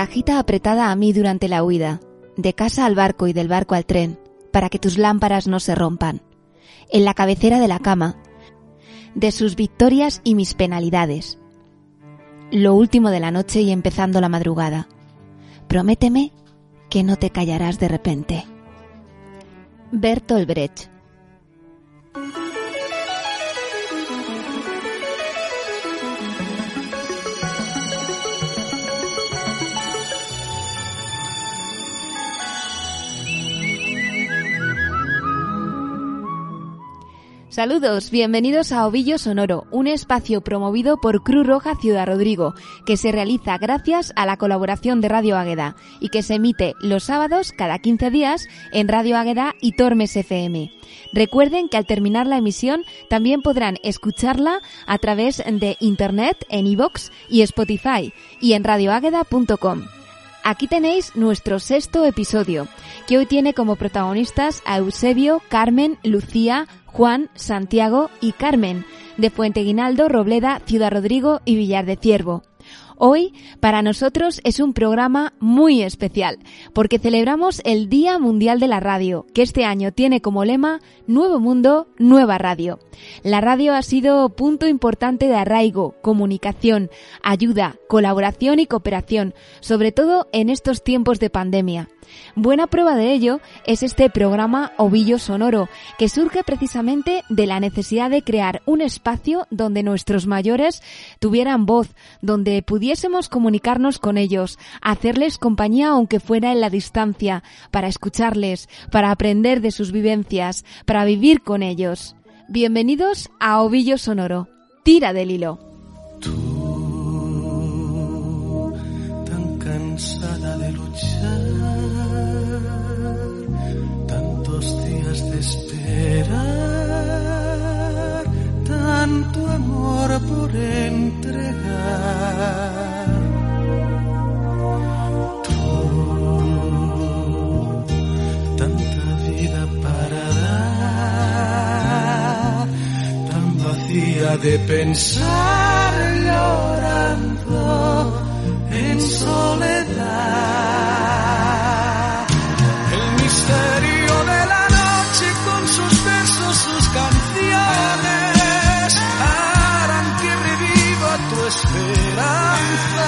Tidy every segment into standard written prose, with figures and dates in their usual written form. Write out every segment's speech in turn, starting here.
cajita apretada a mí durante la huida, de casa al barco y del barco al tren, para que tus lámparas no se rompan. En la cabecera de la cama, de sus victorias y mis penalidades. Lo último de la noche y empezando la madrugada. Prométeme que no te callarás de repente. Bertolt Brecht. Saludos, bienvenidos a Ovillo Sonoro, un espacio promovido por Cruz Roja Ciudad Rodrigo, que se realiza gracias a la colaboración de Radio Águeda y que se emite los sábados cada 15 días en Radio Águeda y Tormes FM. Recuerden que al terminar la emisión también podrán escucharla a través de internet en iVoox y Spotify y en radioágueda.com. Aquí tenéis nuestro 6º episodio, que hoy tiene como protagonistas a Eusebio, Carmen, Lucía, Juan, Santiago y Carmen, de Fuenteguinaldo, Robleda, Ciudad Rodrigo y Villar de Ciervo. Hoy, para nosotros, es un programa muy especial, porque celebramos el Día Mundial de la Radio, que este año tiene como lema Nuevo Mundo, Nueva Radio. La radio ha sido punto importante de arraigo, comunicación, ayuda, colaboración y cooperación, sobre todo en estos tiempos de pandemia. Buena prueba de ello es este programa Ovillo Sonoro, que surge precisamente de la necesidad de crear un espacio donde nuestros mayores tuvieran voz, donde pudiésemos comunicarnos con ellos, hacerles compañía aunque fuera en la distancia, para escucharles, para aprender de sus vivencias, para vivir con ellos. Bienvenidos a Ovillo Sonoro. Tira del hilo. Tú, tan cansada de luchar, tantos días de esperar, tanto amor por entregar. Tú, tanta vida para dar, tan vacía de pensar, llorando en soledad. El misterio de la noche con sus versos, sus canciones, harán que reviva tu esperanza.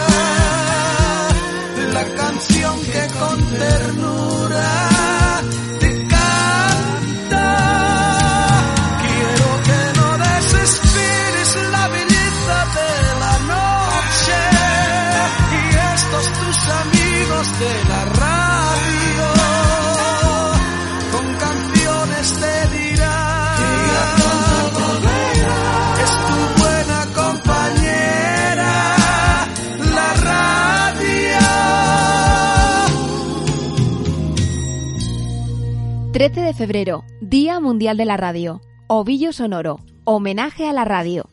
La canción que con ternura te canta. Quiero que no desesperes la belleza de la noche y estos tus amigos de la radio con canciones te dirán es tu buena compañera la radio. 13 de febrero, Día Mundial de la Radio. Ovillo Sonoro, homenaje a la radio.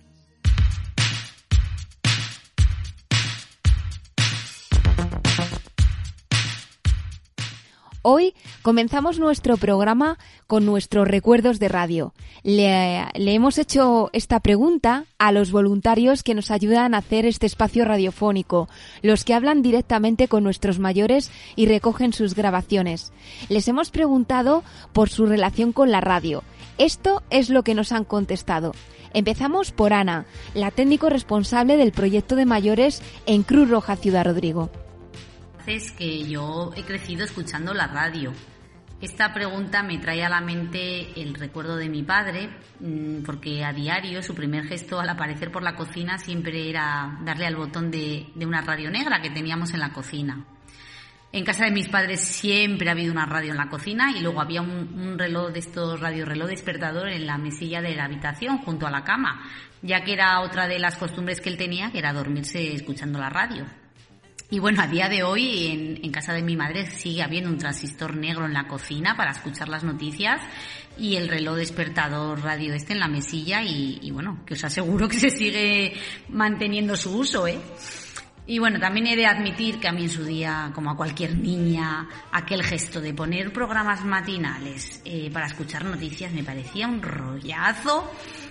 Hoy comenzamos nuestro programa con nuestros recuerdos de radio. Le hemos hecho esta pregunta a los voluntarios que nos ayudan a hacer este espacio radiofónico, los que hablan directamente con nuestros mayores y recogen sus grabaciones. Les hemos preguntado por su relación con la radio. Esto es lo que nos han contestado. Empezamos por Ana, la técnico responsable del proyecto de mayores en Cruz Roja Ciudad Rodrigo. Es que yo he crecido escuchando la radio. Esta pregunta me trae a la mente el recuerdo de mi padre, porque a diario su primer gesto al aparecer por la cocina siempre era darle al botón de una radio negra que teníamos en la cocina. En casa de mis padres siempre ha habido una radio en la cocina y luego había un reloj de estos radioreloj despertador en la mesilla de la habitación junto a la cama, ya que era otra de las costumbres que él tenía, que era dormirse escuchando la radio. Y bueno, a día de hoy en casa de mi madre sigue habiendo un transistor negro en la cocina para escuchar las noticias y el reloj despertador radio en la mesilla y bueno, que os aseguro que se sigue manteniendo su uso, ¿eh? Y bueno, también he de admitir que a mí en su día, como a cualquier niña, aquel gesto de poner programas matinales para escuchar noticias me parecía un rollazo.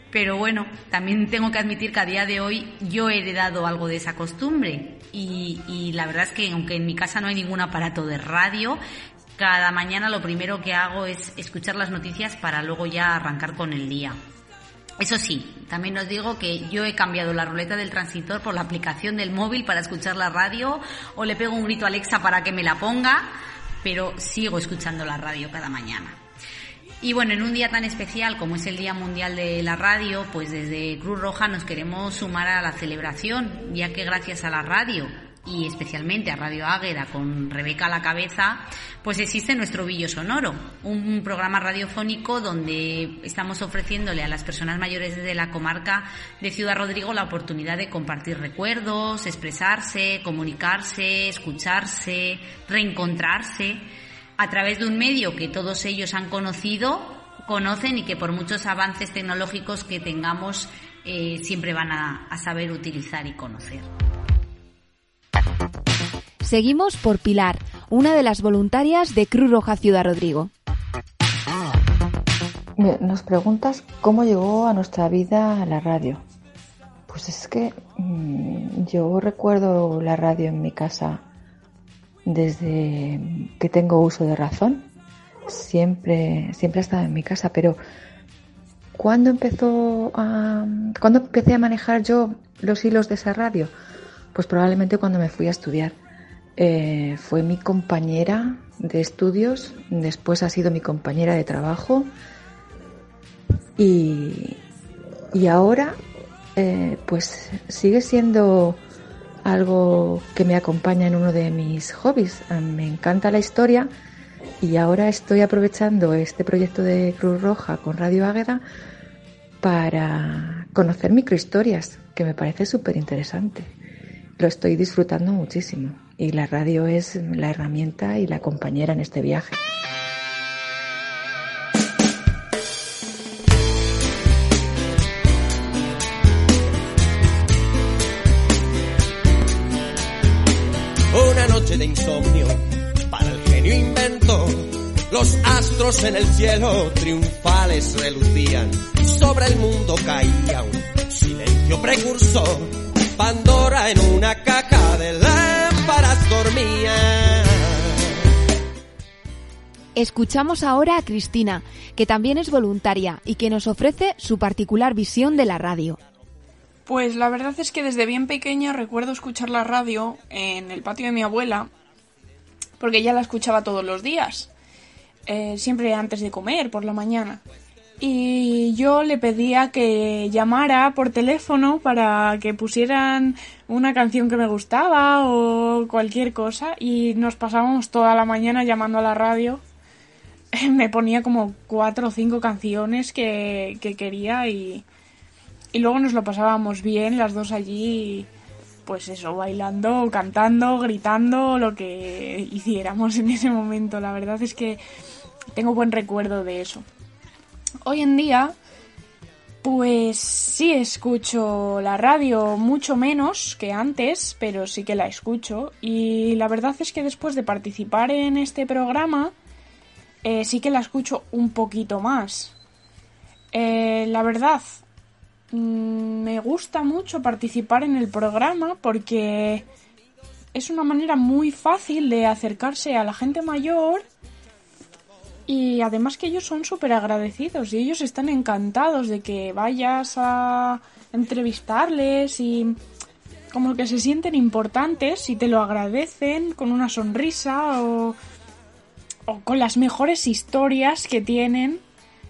Pero bueno, también tengo que admitir que a día de hoy yo he heredado algo de esa costumbre y la verdad es que aunque en mi casa no hay ningún aparato de radio, cada mañana lo primero que hago es escuchar las noticias para luego ya arrancar con el día. Eso sí, también os digo que yo he cambiado la ruleta del transistor por la aplicación del móvil para escuchar la radio, o le pego un grito a Alexa para que me la ponga, pero sigo escuchando la radio cada mañana. Y bueno, en un día tan especial como es el Día Mundial de la Radio, pues desde Cruz Roja nos queremos sumar a la celebración, ya que gracias a la radio y especialmente a Radio Águeda con Rebeca a la cabeza, pues existe nuestro Ovillo Sonoro, un programa radiofónico donde estamos ofreciéndole a las personas mayores de la comarca de Ciudad Rodrigo la oportunidad de compartir recuerdos, expresarse, comunicarse, escucharse, reencontrarse a través de un medio que todos ellos han conocen y que por muchos avances tecnológicos que tengamos siempre van a saber utilizar y conocer. Seguimos por Pilar, una de las voluntarias de Cruz Roja Ciudad Rodrigo. Nos preguntas cómo llegó a nuestra vida la radio. Pues es que yo recuerdo la radio en mi casa desde que tengo uso de razón. Siempre ha estado en mi casa, pero ¿cuándo empecé a manejar yo los hilos de esa radio? Pues probablemente cuando me fui a estudiar. Fue mi compañera de estudios, después ha sido mi compañera de trabajo y ahora pues sigue siendo algo que me acompaña en uno de mis hobbies. Me encanta la historia y ahora estoy aprovechando este proyecto de Cruz Roja con Radio Águeda para conocer microhistorias, que me parece súper interesante. Lo estoy disfrutando muchísimo y la radio es la herramienta y la compañera en este viaje. Una noche de insomnio para el genio inventor. Los astros en el cielo triunfales relucían. Sobre el mundo caía un silencio precursor. Pandora en una caja de lámparas dormía. Escuchamos ahora a Cristina, que también es voluntaria y que nos ofrece su particular visión de la radio. Pues la verdad es que desde bien pequeña recuerdo escuchar la radio en el patio de mi abuela, porque ella la escuchaba todos los días, siempre antes de comer, por la mañana. Y yo le pedía que llamara por teléfono para que pusieran una canción que me gustaba o cualquier cosa, y nos pasábamos toda la mañana llamando a la radio. Me ponía como 4 o 5 canciones que quería y luego nos lo pasábamos bien las dos allí, pues eso, bailando, cantando, gritando, lo que hiciéramos en ese momento. La verdad es que tengo buen recuerdo de eso. Hoy en día, pues sí escucho la radio mucho menos que antes, pero sí que la escucho. Y la verdad es que después de participar en este programa, sí que la escucho un poquito más. La verdad, me gusta mucho participar en el programa porque es una manera muy fácil de acercarse a la gente mayor. Y además que ellos son súper agradecidos y ellos están encantados de que vayas a entrevistarles y como que se sienten importantes y te lo agradecen con una sonrisa o con las mejores historias que tienen.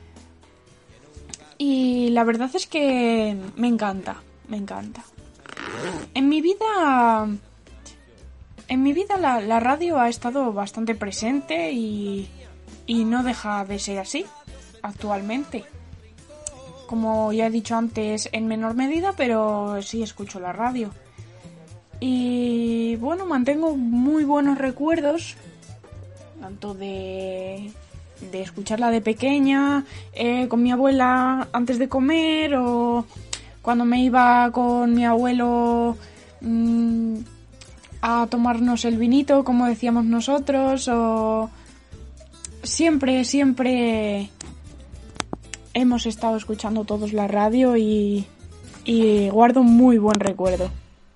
Y la verdad es que me encanta. En mi vida la radio ha estado bastante presente y no deja de ser así actualmente. Como ya he dicho antes, en menor medida, pero sí escucho la radio. Y bueno, mantengo muy buenos recuerdos, tanto de escucharla de pequeña, con mi abuela antes de comer, o cuando me iba con mi abuelo a tomarnos el vinito, como decíamos nosotros, o siempre hemos estado escuchando todos la radio y guardo un muy buen recuerdo.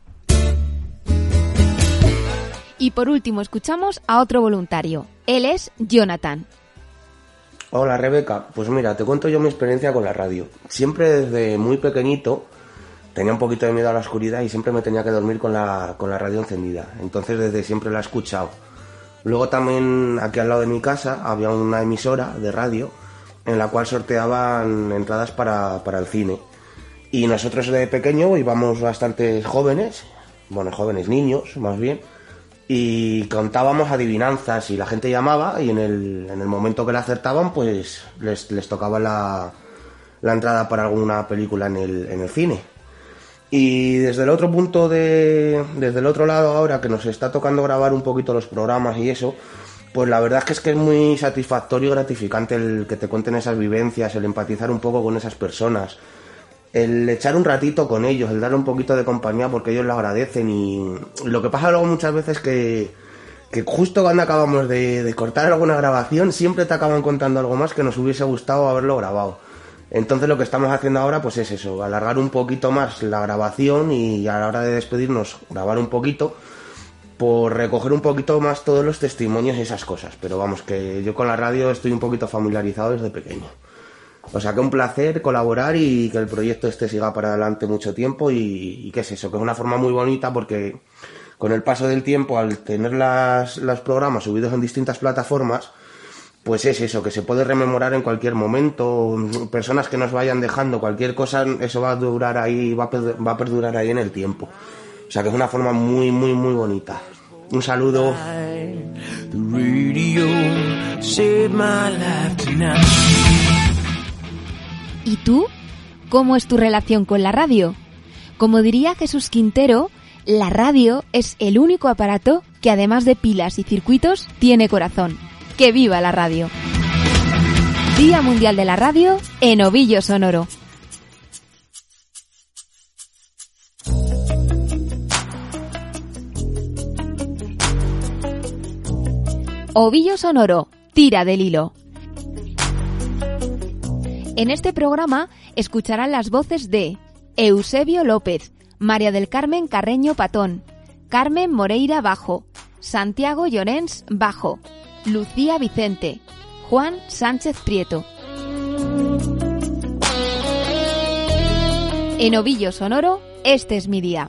Y por último escuchamos a otro voluntario. Él es Jonathan. Hola Rebeca, pues mira, te cuento yo mi experiencia con la radio. Siempre desde muy pequeñito tenía un poquito de miedo a la oscuridad y siempre me tenía que dormir con la radio encendida. Entonces desde siempre la he escuchado. Luego también aquí al lado de mi casa había una emisora de radio en la cual sorteaban entradas para el cine. Y nosotros de pequeño íbamos bastantes jóvenes, niños más bien, y contábamos adivinanzas y la gente llamaba y en el momento que la acertaban pues les tocaba la entrada para alguna película en el cine. Y desde el otro desde el otro lado ahora que nos está tocando grabar un poquito los programas y eso, pues la verdad es que es muy satisfactorio y gratificante el que te cuenten esas vivencias, el empatizar un poco con esas personas, el echar un ratito con ellos, el darle un poquito de compañía porque ellos lo agradecen. Y lo que pasa luego muchas veces que justo cuando acabamos de cortar alguna grabación siempre te acaban contando algo más que nos hubiese gustado haberlo grabado. Entonces lo que estamos haciendo ahora pues es eso, alargar un poquito más la grabación y a la hora de despedirnos grabar un poquito por recoger un poquito más todos los testimonios y esas cosas. Pero vamos, que yo con la radio estoy un poquito familiarizado desde pequeño. O sea que un placer colaborar y que el proyecto siga para adelante mucho tiempo y qué es eso, que es una forma muy bonita porque con el paso del tiempo, al tener los programas subidos en distintas plataformas, pues es eso, que se puede rememorar en cualquier momento, personas que nos vayan dejando, cualquier cosa, eso va a durar ahí, va a perdurar ahí en el tiempo. O sea que es una forma muy, muy, muy bonita. Un saludo. ¿Y tú? ¿Cómo es tu relación con la radio? Como diría Jesús Quintero, la radio es el único aparato que además de pilas y circuitos tiene corazón. ¡Que viva la radio! Día Mundial de la Radio en Ovillo Sonoro. Ovillo Sonoro, tira del hilo. En este programa escucharán las voces de Eusebio López, María del Carmen Carreño Patón, Carmen Moreira bajo, Santiago Llorens bajo, Lucía Vicente, Juan Sánchez Prieto. En Ovillo Sonoro, este es mi día.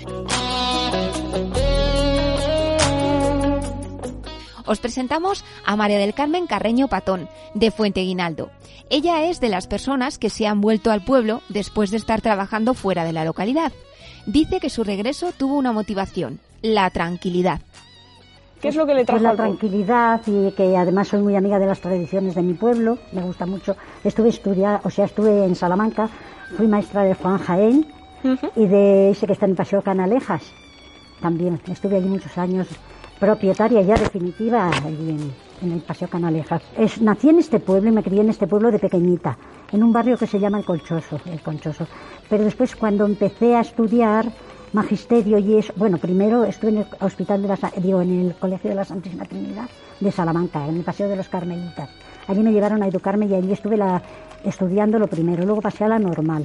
Os presentamos a María del Carmen Carreño Patón, de Fuenteguinaldo. Ella es de las personas que se han vuelto al pueblo después de estar trabajando fuera de la localidad. Dice que su regreso tuvo una motivación, la tranquilidad. ¿Qué es lo que le trajo? Pues la tranquilidad y que además soy muy amiga de las tradiciones de mi pueblo, me gusta mucho. Estuve en Salamanca, fui maestra de Juan Jaén y de ese que está en Paseo Canalejas. También estuve allí muchos años, propietaria ya definitiva allí en el Paseo Canalejas. Nací en este pueblo y me crié en este pueblo de pequeñita, en un barrio que se llama El Conchoso. Pero después cuando empecé a estudiar magisterio y eso, bueno, primero estuve en el Colegio de la Santísima Trinidad de Salamanca, en el Paseo de los Carmelitas. Allí me llevaron a educarme y allí estuve estudiando lo primero, luego pasé a la normal.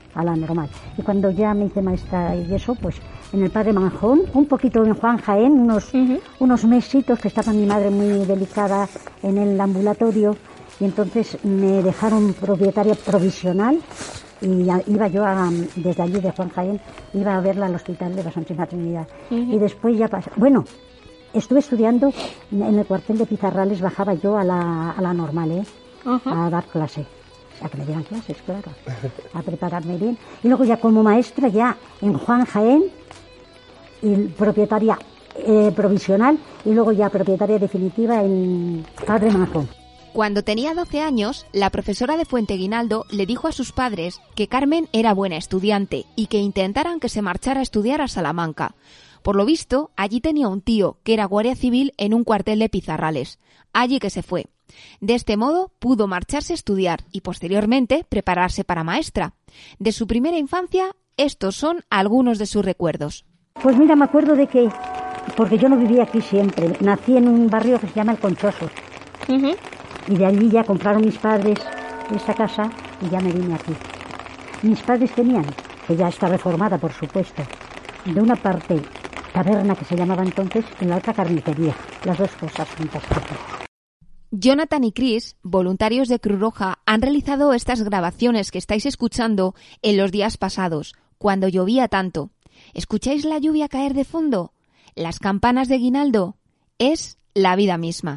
Y cuando ya me hice maestra y eso, pues en el Padre Manjón, un poquito en Juan Jaén, unos mesitos que estaba mi madre muy delicada en el ambulatorio y entonces me dejaron propietaria provisional. Y iba yo desde allí, de Juan Jaén, iba a verla al Hospital de la Santísima Trinidad. Y después ya pasó. Bueno, estuve estudiando en el cuartel de Pizarrales, bajaba yo a la normal, a dar clase. A que me dieran clases, claro. A prepararme bien. Y luego ya como maestra, ya en Juan Jaén, y propietaria provisional, y luego ya propietaria definitiva en Padre Manjón. Cuando tenía 12 años, la profesora de Fuenteguinaldo le dijo a sus padres que Carmen era buena estudiante y que intentaran que se marchara a estudiar a Salamanca. Por lo visto, allí tenía un tío que era guardia civil en un cuartel de Pizarrales. Allí que se fue. De este modo pudo marcharse a estudiar y posteriormente prepararse para maestra. De su primera infancia, estos son algunos de sus recuerdos. Pues mira, me acuerdo de que, porque yo no vivía aquí siempre, nací en un barrio que se llama El Conchoso. Y de allí ya compraron mis padres esta casa y ya me vine aquí. Mis padres tenían, que ya está reformada por supuesto, de una parte taberna que se llamaba entonces, y la otra carnicería, las dos cosas juntas. Jonathan y Chris, voluntarios de Cruz Roja, han realizado estas grabaciones que estáis escuchando en los días pasados, cuando llovía tanto. ¿Escucháis la lluvia caer de fondo? Las campanas de guinaldo. Es la vida misma.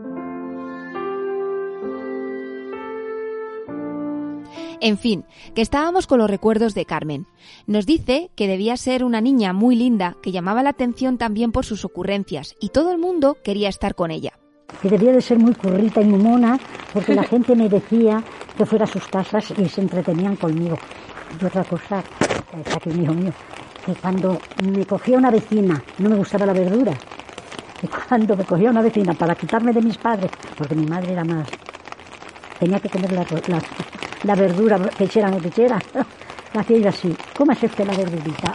En fin, que estábamos con los recuerdos de Carmen. Nos dice que debía ser una niña muy linda, que llamaba la atención también por sus ocurrencias, y todo el mundo quería estar con ella. Que debía de ser muy currita y muy mona, porque la gente me decía que fuera a sus casas y se entretenían conmigo. Y otra cosa, es aquí un hijo mío, que cuando me cogía una vecina, no me gustaba la verdura, y cuando me cogía una vecina para quitarme de mis padres, porque mi madre era más, tenía que comer la verdura, que echera o no que echera, la hacía ir así, cómase usted la verdurita.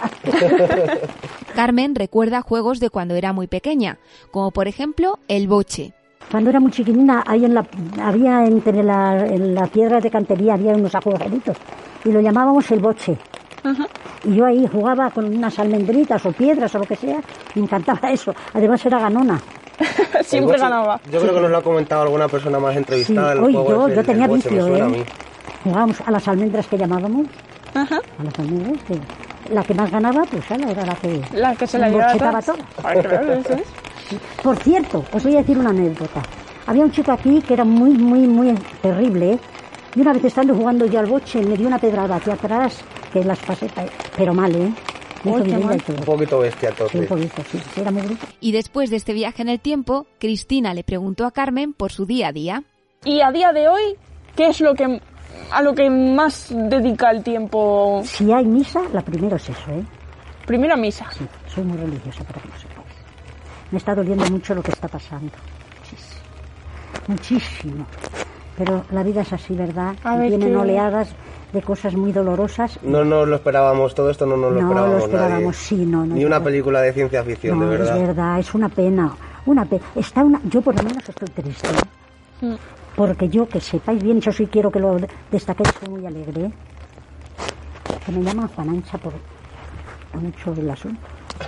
Carmen recuerda juegos de cuando era muy pequeña, como por ejemplo el boche. Cuando era muy chiquitina, había entre la piedra de cantería había unos agujeritos y lo llamábamos el boche. Uh-huh. Y yo ahí jugaba con unas almendritas o piedras o lo que sea, me encantaba eso. Además era ganona. Siempre ganaba. Yo creo que nos lo ha comentado alguna persona más entrevistada. Sí. Yo tenía vicio, jugábamos a las almendras que llamábamos. Uh-huh. A las almendras que la que más ganaba, pues era la que se la llevaba toda. Por cierto, os voy a decir una anécdota. Había un chico aquí que era muy, muy, muy terrible, ¿eh? Y una vez estando jugando yo al boche, me dio una pedrada hacia atrás, que las pasé, pero mal, ¿eh? Un poquito bestia, todo. Sí, un poquito, sí, era muy bruto. Y después de este viaje en el tiempo, Cristina le preguntó a Carmen por su día a día. Y a día de hoy, ¿qué es a lo que más dedica el tiempo? Si hay misa, la primera es eso, ¿eh? Primero misa. Sí, soy muy religiosa, pero que no se puede. Me está doliendo mucho lo que está pasando. Muchísimo. Pero la vida es así, ¿verdad? Vienen oleadas de cosas muy dolorosas. No nos lo esperábamos, todo esto no nos lo esperábamos. No lo esperábamos, nadie. Sí, no. Ni una película de ciencia ficción, de verdad. Es verdad, es una pena. Yo por lo menos estoy triste. Porque yo, que sepáis bien, yo sí quiero que lo destaquéis, soy muy alegre. Que me llaman Juan Ancha por mucho el asunto.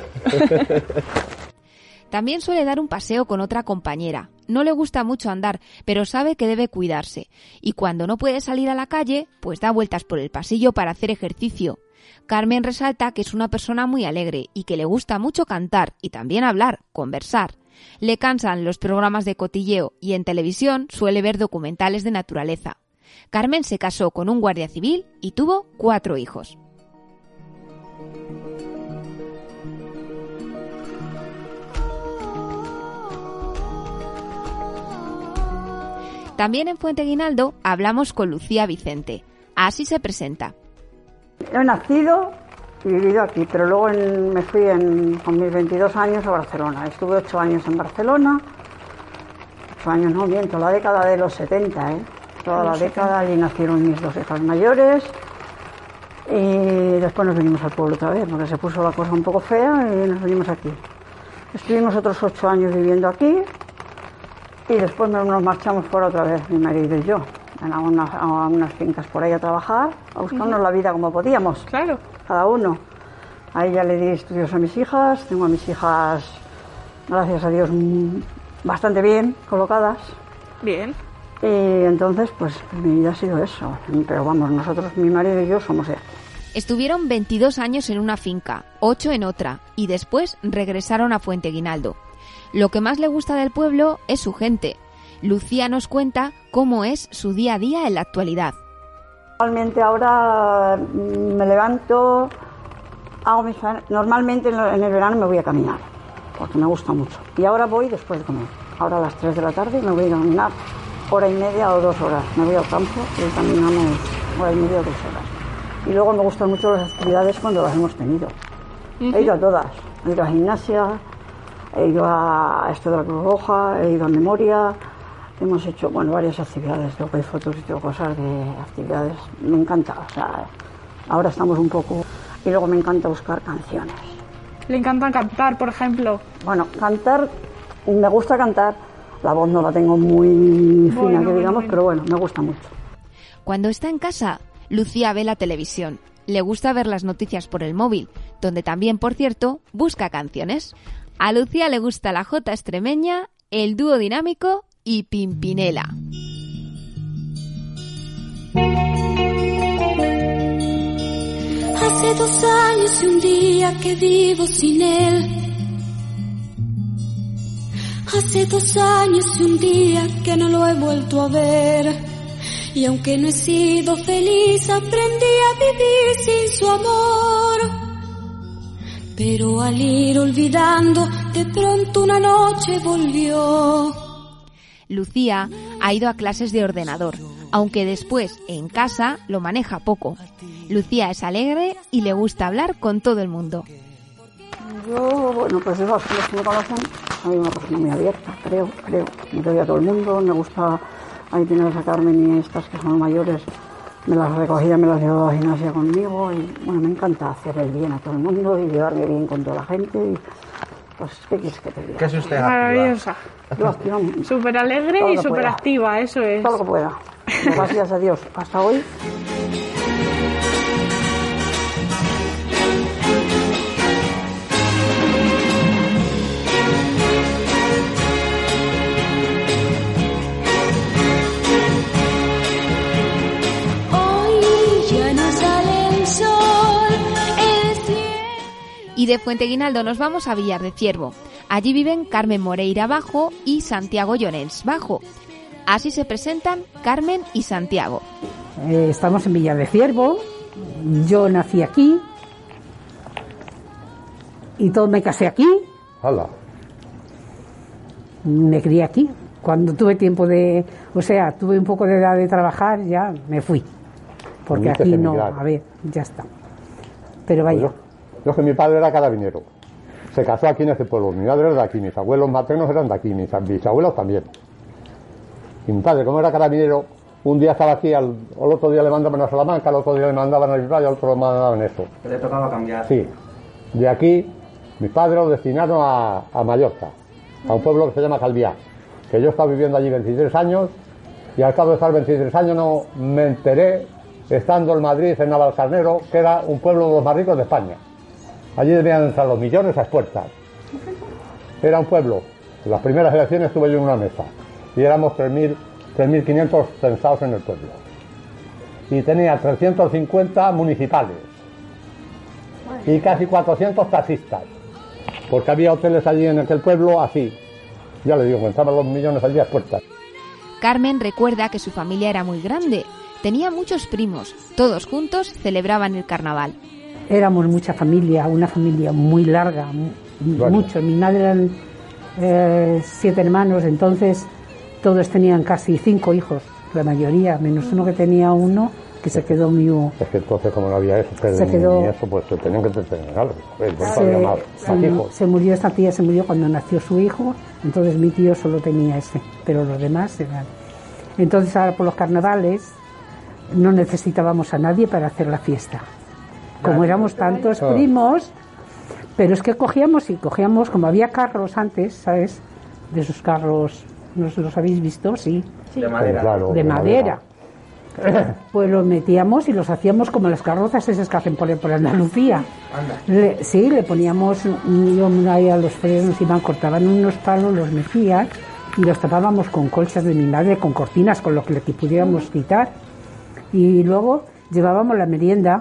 También suele dar un paseo con otra compañera. No le gusta mucho andar, pero sabe que debe cuidarse. Y cuando no puede salir a la calle, pues da vueltas por el pasillo para hacer ejercicio. Carmen resalta que es una persona muy alegre y que le gusta mucho cantar y también hablar, conversar. Le cansan los programas de cotilleo y en televisión suele ver documentales de naturaleza. Carmen se casó con un guardia civil y tuvo 4 hijos. También en Fuente Guinaldo hablamos con Lucía Vicente. Así se presenta. He nacido y vivido aquí, pero luego me fui con mis 22 años a Barcelona. Estuve 8 años en Barcelona. 8 años, no miento, la década de los 70, ¿eh? Toda la década, allí nacieron mis 2 hijas mayores. Y después nos venimos al pueblo otra vez, porque se puso la cosa un poco fea y nos venimos aquí. Estuvimos otros 8 años viviendo aquí. Y después nos marchamos fuera otra vez, mi marido y yo, a unas fincas por ahí a trabajar, a buscarnos la vida como podíamos. Claro. Cada uno. A ella le di estudios a mis hijas, tengo a mis hijas, gracias a Dios, bastante bien colocadas. Bien. Y entonces, pues mi vida ha sido eso. Pero vamos, nosotros, mi marido y yo, somos de aquí. Estuvieron 22 años en una finca, 8 en otra, y después regresaron a Fuente Guinaldo. Lo que más le gusta del pueblo es su gente. Lucía nos cuenta cómo es su día a día en la actualidad. Normalmente ahora me levanto, normalmente en el verano me voy a caminar, porque me gusta mucho. Y ahora voy después de comer. Ahora a las 3 de la tarde me voy a caminar 1:30 o 2 horas. Me voy al campo y caminamos 1:30 o 2 horas. Y luego me gustan mucho las actividades cuando las hemos tenido. He ido a todas. He ido a gimnasia, he ido a esto de la Cruz Roja, he ido a memoria, hemos hecho varias actividades, tengo que hay fotos y tengo cosas de actividades, me encanta, o sea, ahora estamos un poco, y luego me encanta buscar canciones. ¿Le encanta cantar, por ejemplo? Bueno, cantar, me gusta cantar, la voz no la tengo muy fina, que digamos, pero bueno, me gusta mucho. Cuando está en casa, Lucía ve la televisión. Le gusta ver las noticias por el móvil, donde también, por cierto, busca canciones. A Lucía le gusta la jota extremeña, el dúo dinámico y Pimpinela. Hace 2 años y un día que vivo sin él. Hace 2 años y un día que no lo he vuelto a ver. Y aunque no he sido feliz, aprendí a vivir sin su amor. Pero al ir olvidando, de pronto una noche volvió. Lucía ha ido a clases de ordenador, aunque después, en casa, lo maneja poco. Lucía es alegre y le gusta hablar con todo el mundo. Yo, bueno, pues los que me conocen, soy una persona muy abierta, creo. Me doy a todo el mundo, me gusta. Ahí tienes a Carmen y estas que son mayores, me las recogía, me las llevaba a la gimnasia conmigo y bueno, me encanta hacer el bien a todo el mundo y llevarme bien con toda la gente y pues, ¿qué quieres que te diga? ¿Qué es usted? Maravillosa. Yo activa, Súper alegre y súper activa, eso es. todo lo que pueda. Gracias a Dios, hasta hoy. Y de Fuenteguinaldo nos vamos a Villar de Ciervo. Allí viven Carmen Moreira Bajo y Santiago Llorens Bajo. Así se presentan Carmen y Santiago. Estamos en Villar de Ciervo. Yo nací aquí. Y todo me casé aquí. Hola. Me crié aquí. Cuando tuve tiempo tuve un poco de edad de trabajar, ya me fui. Porque aquí no, a ver, ya está. Pero vaya. Yo que mi padre era carabinero. Se casó aquí en este pueblo. Mi madre era de aquí, mis abuelos maternos eran de aquí, mis bisabuelos también. Y mi padre, como era carabinero, un día estaba aquí, al otro día le mandaban a Salamanca, al otro día le mandaban a Bilbao y al otro le mandaban eso. Le tocaba cambiar. Sí. De aquí, mi padre lo destinaron a Mallorca, a un pueblo que se llama Calviá, que yo he estado viviendo allí 23 años y al cabo de estar 23 años no me enteré, estando en Madrid, en Navalcarnero, que era un pueblo de los más ricos de España. Allí debían entrar los millones a expuertas. Era un pueblo. En las primeras elecciones estuve yo en una mesa y éramos 3.500 censados en el pueblo. Y tenía 350 municipales y casi 400 taxistas, porque había hoteles allí en aquel pueblo así. Ya le digo, entraban los millones allí a expuertas. Carmen recuerda que su familia era muy grande. Tenía muchos primos. Todos juntos celebraban el carnaval. Éramos mucha familia, una familia muy larga, mucho. Mi madre eran 7 hermanos, entonces todos tenían casi 5 hijos, la mayoría, menos uno que tenía uno que se quedó mío. Es que entonces como no había eso, ni eso, pues se tenían que tener algo. Se murió esta tía, se murió cuando nació su hijo, entonces mi tío solo tenía ese, pero los demás eran. Entonces ahora por los carnavales no necesitábamos a nadie para hacer la fiesta. Como éramos tantos primos, pero es que cogíamos, como había carros antes, ¿sabes? De esos carros, ¿no los habéis visto? Sí. De madera. Claro, de madera. Pues los metíamos y los hacíamos como las carrozas esas que hacen por Andalucía. Le poníamos ahí a los frenos, cortaban unos palos, los metían y los tapábamos con colchas de mi madre, con cortinas, con lo que le pudiéramos quitar. Y luego llevábamos la merienda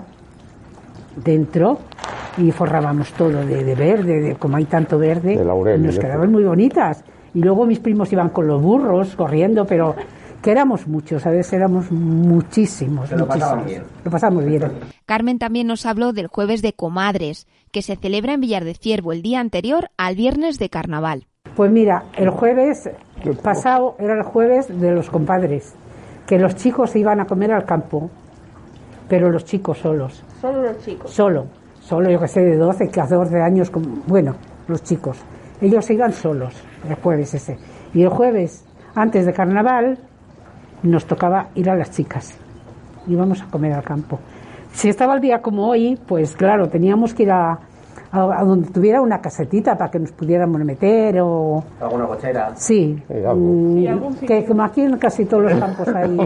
dentro y forrábamos todo de verde, como hay tanto verde, de laurel, nos quedaban muy bonitas. Y luego mis primos iban con los burros corriendo, pero que éramos muchos, ¿sabes? Éramos muchísimos. Lo pasamos bien. Carmen también nos habló del jueves de comadres, que se celebra en Villar de Ciervo el día anterior al viernes de carnaval. Pues mira, el jueves pasado era el jueves de los compadres, que los chicos se iban a comer al campo, pero los chicos solos. ¿Solo los chicos? Solo yo que sé, de 12, 14 años, bueno, los chicos. Ellos se iban solos, el jueves ese. Y el jueves, antes de carnaval, nos tocaba ir a las chicas. Íbamos a comer al campo. Si estaba el día como hoy, pues claro, teníamos que ir a donde tuviera una casetita para que nos pudiéramos meter o... ¿Alguna cochera? Sí. Que como aquí en casi todos los campos hay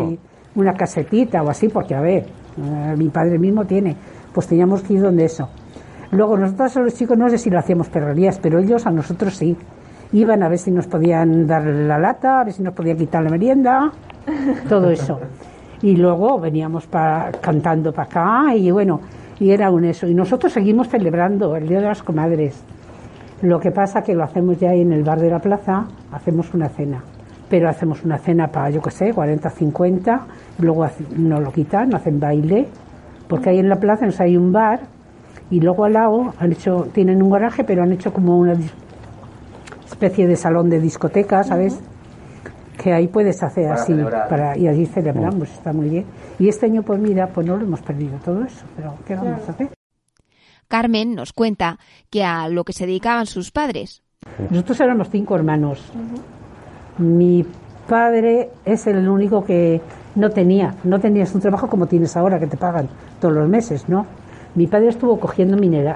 una casetita o así, porque a ver, mi padre mismo tiene, pues teníamos que ir donde eso. Luego nosotros a los chicos no sé si lo hacíamos perrerías, pero ellos a nosotros sí. Iban a ver si nos podían dar la lata, a ver si nos podían quitar la merienda, todo eso. Y luego veníamos cantando para acá y bueno, y era un eso. Y nosotros seguimos celebrando el Día de las Comadres. Lo que pasa que lo hacemos ya ahí en el bar de la plaza, hacemos una cena. Pero hacemos una cena para, yo qué sé, 40, 50, luego nos lo quitan, hacen baile, porque ahí en la plaza hay un bar y luego al lado tienen un garaje, pero han hecho como una especie de salón de discoteca, ¿sabes? Que ahí puedes hacer para así, y allí celebramos, está muy bien. Y este año, pues mira, pues no lo hemos perdido todo eso, pero ¿qué vamos a hacer? Carmen nos cuenta que a lo que se dedicaban sus padres. Nosotros éramos 5 hermanos. Mi padre es el único que no tenías un trabajo como tienes ahora, que te pagan todos los meses, ¿no? Mi padre estuvo cogiendo mineral,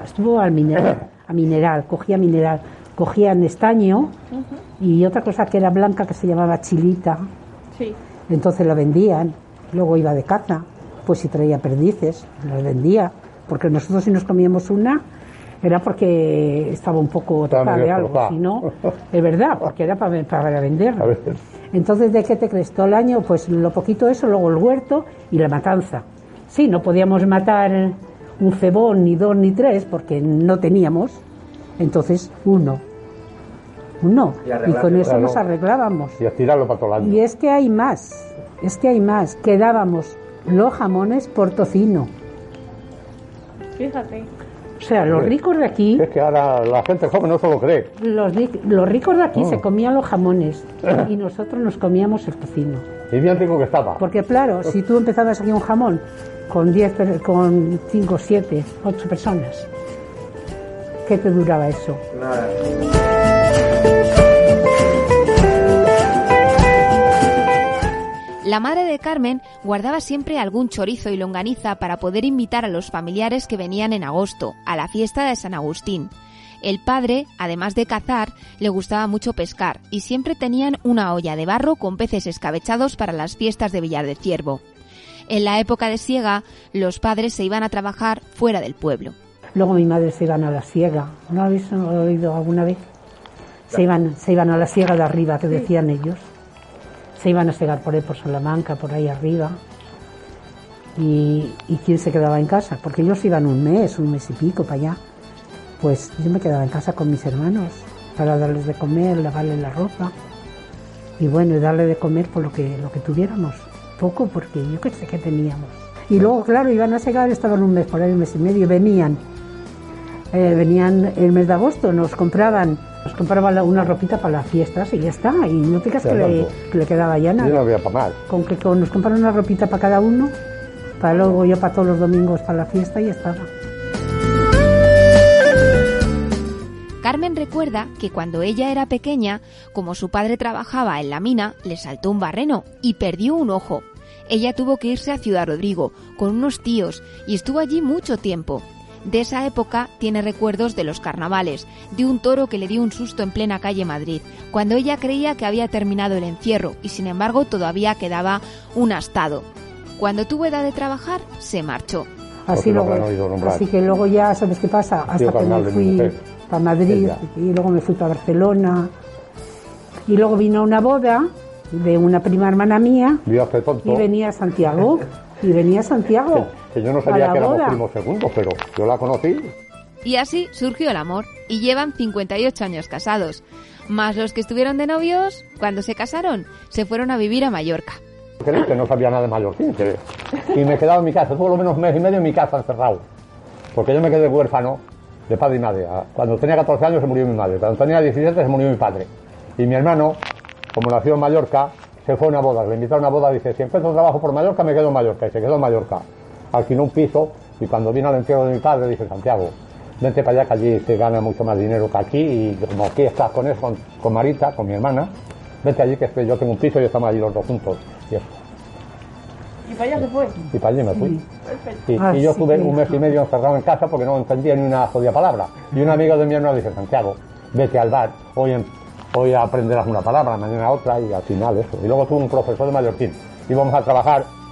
cogían estaño y otra cosa que era blanca que se llamaba chilita. Sí. Entonces la vendían, luego iba de caza, pues si traía perdices, las vendía, porque nosotros si nos comíamos una era porque estaba un poco tocada de algo, si no, es verdad, porque era para venderla. Entonces, ¿de qué te crees? Todo el año, pues lo poquito eso, luego el huerto y la matanza. Sí, no podíamos matar un cebón, ni 2, ni 3, porque no teníamos, entonces uno. Y con eso nos arreglábamos. Y a tirarlo para todo el año. Y es que hay más, quedábamos los jamones por tocino. Fíjate. O sea, los ricos de aquí... Es que ahora la gente joven no se lo cree. Los ricos de aquí se comían los jamones y nosotros nos comíamos el tocino. Y bien rico que estaba. Porque claro, si tú empezabas aquí un jamón con 5, 7, 8 personas, ¿qué te duraba eso? Nada. La madre de Carmen guardaba siempre algún chorizo y longaniza para poder invitar a los familiares que venían en agosto, a la fiesta de San Agustín. El padre, además de cazar, le gustaba mucho pescar y siempre tenían una olla de barro con peces escabechados para las fiestas de Villar de Ciervo. En la época de siega, los padres se iban a trabajar fuera del pueblo. Luego mi madre se iban a la siega. ¿No habéis oído alguna vez? Se iban a la siega de arriba, que decían ellos. Se iban a segar por ahí, por Salamanca, por ahí arriba. ¿Y quién se quedaba en casa? Porque ellos iban un mes y pico para allá. Pues yo me quedaba en casa con mis hermanos para darles de comer, lavarles la ropa. Y bueno, y darle de comer por lo que tuviéramos. Poco, porque yo qué sé qué teníamos. Y luego, claro, iban a segar, estaban un mes por ahí, un mes y medio, venían el mes de agosto, nos compraban una ropita para las fiestas y ya está, y no te creas que le quedaba ya nada. Yo no había para más. Con que nos compraron una ropita para cada uno, para luego yo para todos los domingos para la fiesta y ya estaba. Carmen recuerda que cuando ella era pequeña, como su padre trabajaba en la mina, le saltó un barreno y perdió un ojo. Ella tuvo que irse a Ciudad Rodrigo con unos tíos y estuvo allí mucho tiempo. De esa época tiene recuerdos de los carnavales, de un toro que le dio un susto en plena calle Madrid, cuando ella creía que había terminado el encierro y sin embargo todavía quedaba un astado. Cuando tuvo edad de trabajar, se marchó. Así que luego ya, ¿sabes qué pasa? Hasta que me fui para Madrid y luego me fui para Barcelona y luego vino una boda de una prima hermana mía y venía a Santiago. Que yo no sabía que éramos primos segundos, pero yo la conocí. Y así surgió el amor, y llevan 58 años casados. Más los que estuvieron de novios, cuando se casaron, se fueron a vivir a Mallorca. Creo que no sabía nada de mallorquín, y me quedaba en mi casa, por lo menos un mes y medio en mi casa encerrado. Porque yo me quedé huérfano de padre y madre. Cuando tenía 14 años se murió mi madre, cuando tenía 17 se murió mi padre. Y mi hermano, como nació en Mallorca, se fue a una boda, le invitaron a una boda, dice, si encuentro trabajo por Mallorca, me quedo en Mallorca, y se quedó en Mallorca. Alquiló un piso, y cuando vino al entierro de mi padre, dije, Santiago, vente para allá, que allí se gana mucho más dinero que aquí, y como aquí estás con Marita, con mi hermana, vete allí, que yo tengo un piso y estamos allí los dos juntos, y eso. ¿Y para allá se fue? Y para allí me fui. Y yo estuve un mes y medio encerrado en casa porque no entendía ni una jodida palabra. Y un amigo de mi hermano dice, Santiago, vete al bar, hoy aprenderás una palabra, mañana otra, y al final eso. Y luego tuve un profesor de mallorquín. Íbamos a trabajar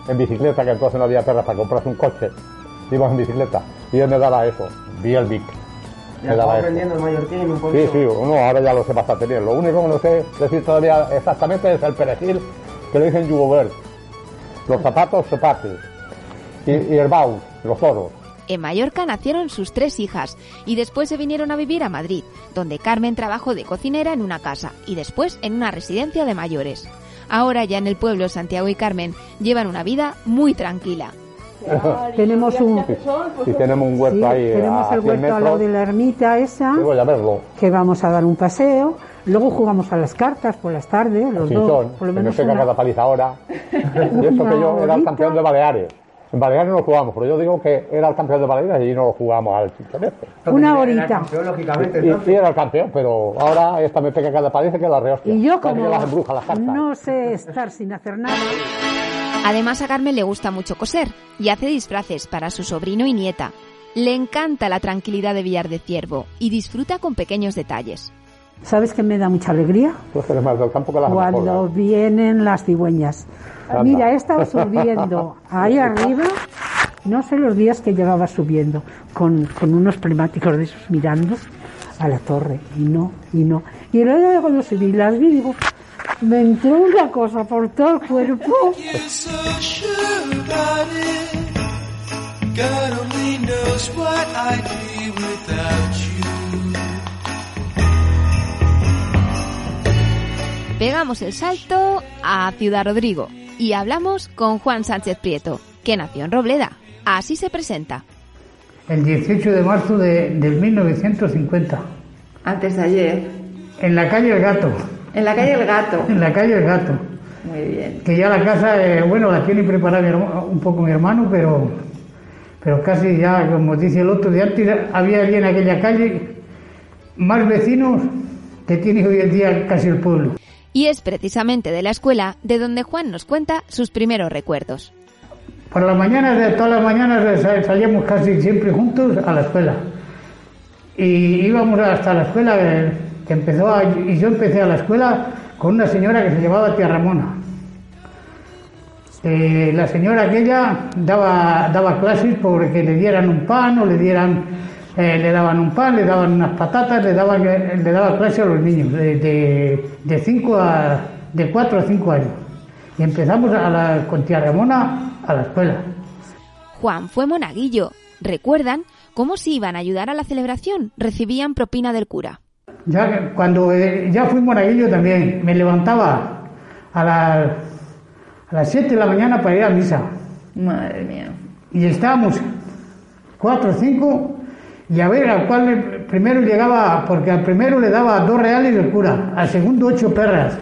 en bicicleta, que entonces no había perras para comprarse un coche, íbamos en bicicleta, y él me daba eso, Bielbic. ¿Ya estaba aprendiendo el mallorquín un poco? Sí, ahora ya lo sé bastante bien. Lo único que no sé decir todavía exactamente es el perejil, que le dicen Jugobert, los zapatos, y el baúl, los toros. En Mallorca nacieron sus 3 hijas y después se vinieron a vivir a Madrid, donde Carmen trabajó de cocinera en una casa y después en una residencia de mayores. Ahora ya en el pueblo Santiago y Carmen llevan una vida muy tranquila. Tenemos un tenemos un huerto ahí. Tenemos el huerto al lado de la ermita esa. Voy a verlo. Que vamos a dar un paseo. Luego jugamos a las cartas por las tardes, los dos. Por lo menos me pega cada paliza ahora. Y eso que yo era el campeón de Baleares. En Baleares no jugamos, pero yo digo que era el campeón de Baleares y no jugamos al chichonete. Una horita. Era campeón, lógicamente, y era el campeón, pero ahora esta me pega cada paliza que la rehostia. Y yo como las embruja, las cartas. No sé estar sin hacer nada. Además a Carmen le gusta mucho coser y hace disfraces para su sobrino y nieta. Le encanta la tranquilidad de Villar de Ciervo y disfruta con pequeños detalles. ¿Sabes qué me da mucha alegría? Pues eres más del campo que las cuando vienen las cigüeñas. Anda. Mira, he estado subiendo ahí arriba, no sé los días que llevaba subiendo, con unos pneumáticos de esos mirando a la torre, y no. Y luego cuando subí las vi, digo, me entró una cosa por todo el cuerpo. Pegamos el salto a Ciudad Rodrigo y hablamos con Juan Sánchez Prieto, que nació en Robleda. Así se presenta. El 18 de marzo del 1950. Antes de ayer. En la calle El Gato. En la calle El Gato. En la calle El Gato. Muy bien. Que ya la casa, la tiene preparada un poco mi hermano, pero casi ya, como dice el otro, de antes había allí en aquella calle más vecinos que tiene hoy en día casi el pueblo. Y es precisamente de la escuela de donde Juan nos cuenta sus primeros recuerdos. Por las mañanas, todas las mañanas salíamos casi siempre juntos a la escuela. Y íbamos hasta la escuela y yo empecé a la escuela con una señora que se llamaba Tía Ramona. La señora aquella daba clases porque le dieran un pan o le daban un pan, le daban unas patatas, le daba clase a los niños de 4 a 5 años. Y empezamos con Tía Ramona a la escuela. Juan fue monaguillo. ¿Recuerdan cómo si iban a ayudar a la celebración recibían propina del cura? Cuando ya fui monaguillo también, me levantaba a las 7 de la mañana para ir a misa. Madre mía. Y estábamos 4 o 5... y a ver al cual primero llegaba, porque al primero le daba 2 reales el cura, al segundo 8 perras,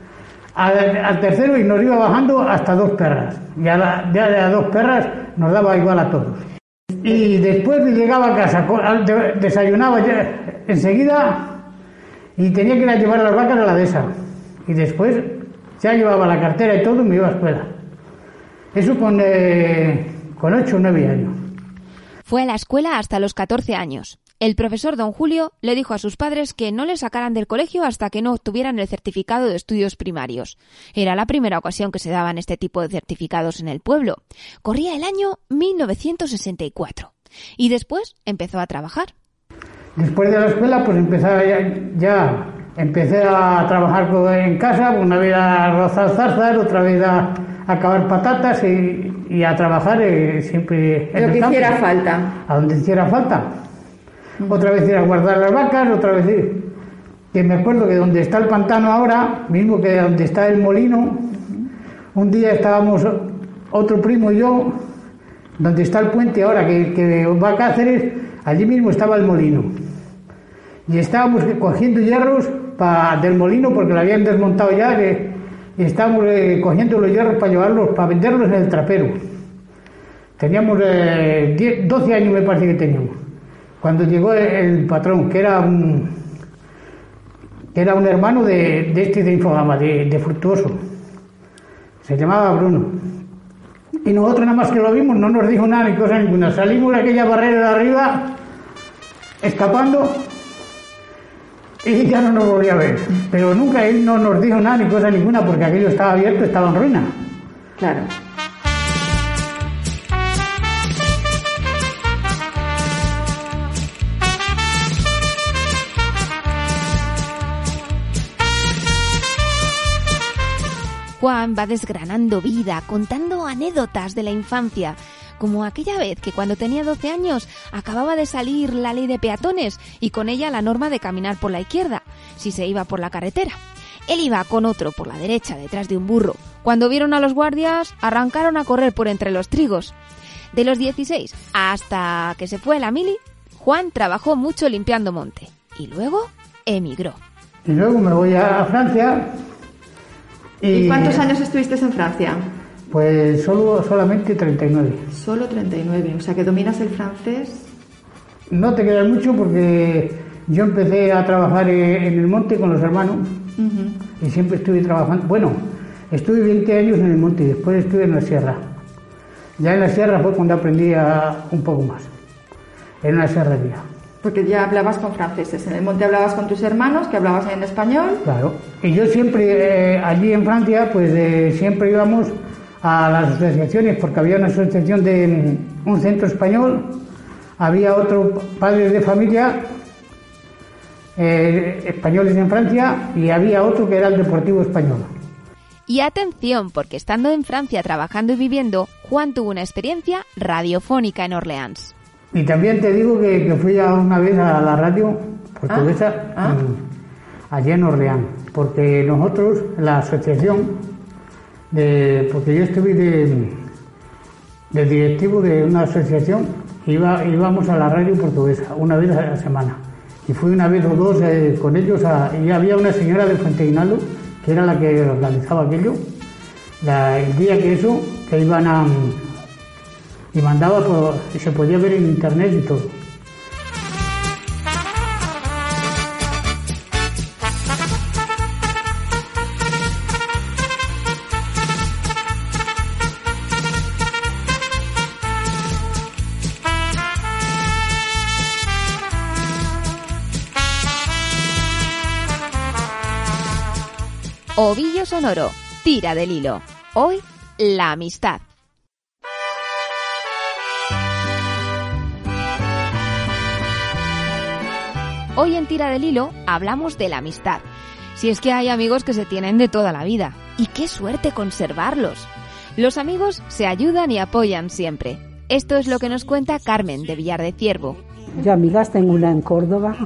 al tercero y nos iba bajando hasta 2 perras, y a las 2 perras nos daba igual a todos. Y después llegaba a casa, desayunaba ya enseguida y tenía que ir a llevar las vacas a la dehesa, y después ya llevaba la cartera y todo y me iba a la escuela. Eso con 8 o 9 años. Fue a la escuela hasta los 14 años. El profesor don Julio le dijo a sus padres que no le sacaran del colegio hasta que no obtuvieran el certificado de estudios primarios. Era la primera ocasión que se daban este tipo de certificados en el pueblo. Corría el año 1964. Y después empezó a trabajar. Después de la escuela, pues empecé a trabajar en casa, una vez a rozar zarzas, otra vez a acabar patatas y a trabajar siempre en lo que campo, hiciera falta. A donde hiciera falta. Otra vez ir a guardar las vacas, otra vez ir. Que me acuerdo que donde está el pantano ahora, mismo que donde está el molino, un día estábamos otro primo y yo, donde está el puente ahora que va a Cáceres, allí mismo estaba el molino. Y estábamos cogiendo hierros del molino porque lo habían desmontado ya, y estábamos cogiendo los hierros para llevarlos, para venderlos en el trapero. Teníamos 12 años me parece que teníamos. Cuando llegó el patrón, que era un hermano de Infogama, de Fructuoso. Se llamaba Bruno. Y nosotros nada más que lo vimos, no nos dijo nada ni cosa ninguna. Salimos de aquella barrera de arriba, escapando, y ya no nos volvió a ver. Pero nunca él no nos dijo nada ni cosa ninguna, porque aquello estaba abierto, estaba en ruina. Claro. Juan va desgranando vida, contando anécdotas de la infancia, como aquella vez que cuando tenía 12 años acababa de salir la ley de peatones y con ella la norma de caminar por la izquierda, si se iba por la carretera. Él iba con otro por la derecha, detrás de un burro. Cuando vieron a los guardias, arrancaron a correr por entre los trigos. De los 16 hasta que se fue la mili, Juan trabajó mucho limpiando monte y luego emigró. Y luego me voy a Francia. ¿Y cuántos años estuviste en Francia? Pues solamente 39. Solo 39, o sea que dominas el francés. No te queda mucho porque yo empecé a trabajar en el monte con los hermanos. Y siempre estuve trabajando. Bueno, estuve 20 años en el monte y después estuve en la sierra. Ya en la sierra fue cuando aprendí un poco más. En una serrería. Porque ya hablabas con franceses. En el monte hablabas con tus hermanos, que hablabas en español. Claro. Y yo siempre, allí en Francia, pues siempre íbamos a las asociaciones, porque había una asociación de un centro español, había otro padres de familia españoles en Francia y había otro que era el Deportivo Español. Y atención, porque estando en Francia trabajando y viviendo, Juan tuvo una experiencia radiofónica en Orleans. Y también te digo que fui una vez a la radio portuguesa allí en Orleans, porque nosotros, la asociación, porque yo estuve de directivo de una asociación, íbamos a la radio portuguesa una vez a la semana. Y fui una vez o dos con ellos, y había una señora de Fuenteguinaldo, que era la que organizaba aquello, el día que iban y mandaba, y se podía ver en internet y todo. Ovillo sonoro, tira del hilo. Hoy, la amistad. Hoy en Tira del Hilo hablamos de la amistad. Si es que hay amigos que se tienen de toda la vida. Y qué suerte conservarlos. Los amigos se ayudan y apoyan siempre. Esto es lo que nos cuenta Carmen de Villar de Ciervo. Yo amigas tengo una en Córdoba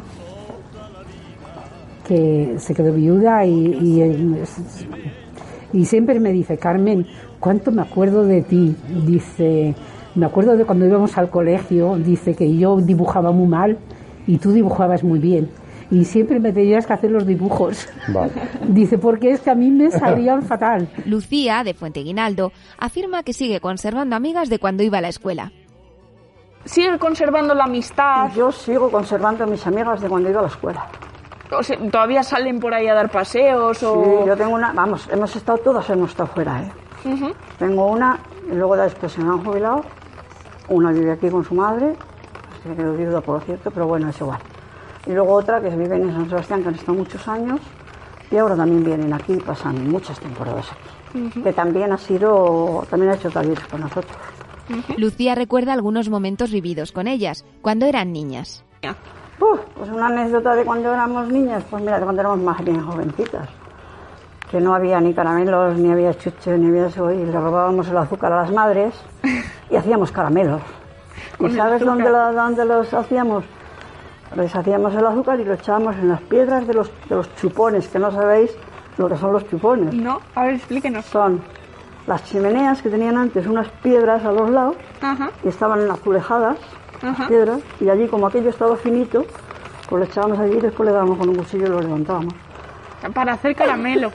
que se quedó viuda y siempre me dice, Carmen, ¿cuánto me acuerdo de ti? Dice, me acuerdo de cuando íbamos al colegio, dice que yo dibujaba muy mal y tú dibujabas muy bien. Y siempre me tenías que hacer los dibujos. Vale. Dice, porque es que a mí me salían fatal. Lucía, de Fuenteguinaldo, afirma que sigue conservando amigas de cuando iba a la escuela. ¿Sigue conservando la amistad? Yo sigo conservando a mis amigas de cuando iba a la escuela. O sea, ¿todavía salen por ahí a dar paseos? O... Sí, yo tengo una... Vamos, hemos estado todas, hemos estado fuera, ¿eh? Uh-huh. Tengo una, y luego después se me han jubilado. Una vive aquí con su madre, se quedó viuda, por cierto, pero bueno, es igual. Y luego otra que vive en San Sebastián, que han estado muchos años, y ahora también vienen aquí y pasan muchas temporadas aquí. Uh-huh. Que también ha hecho talleres con nosotros. Uh-huh. Lucía recuerda algunos momentos vividos con ellas, cuando eran niñas. Pues una anécdota de cuando éramos niñas, pues mira, de cuando éramos más bien jovencitas, que no había ni caramelos, ni había chuches, ni había eso, y le robábamos el azúcar a las madres y hacíamos caramelos. ¿Y sabes dónde los hacíamos? Les hacíamos el azúcar y lo echábamos en las piedras de los chupones, que no sabéis lo que son los chupones. No, a ver, explíquenos. Son las chimeneas que tenían antes unas piedras a los lados. Ajá. Y estaban azulejadas. Ajá. Piedras, y allí como aquello estaba finito, pues lo echábamos allí y después le dábamos con un cuchillo y lo levantábamos. Para hacer caramelo.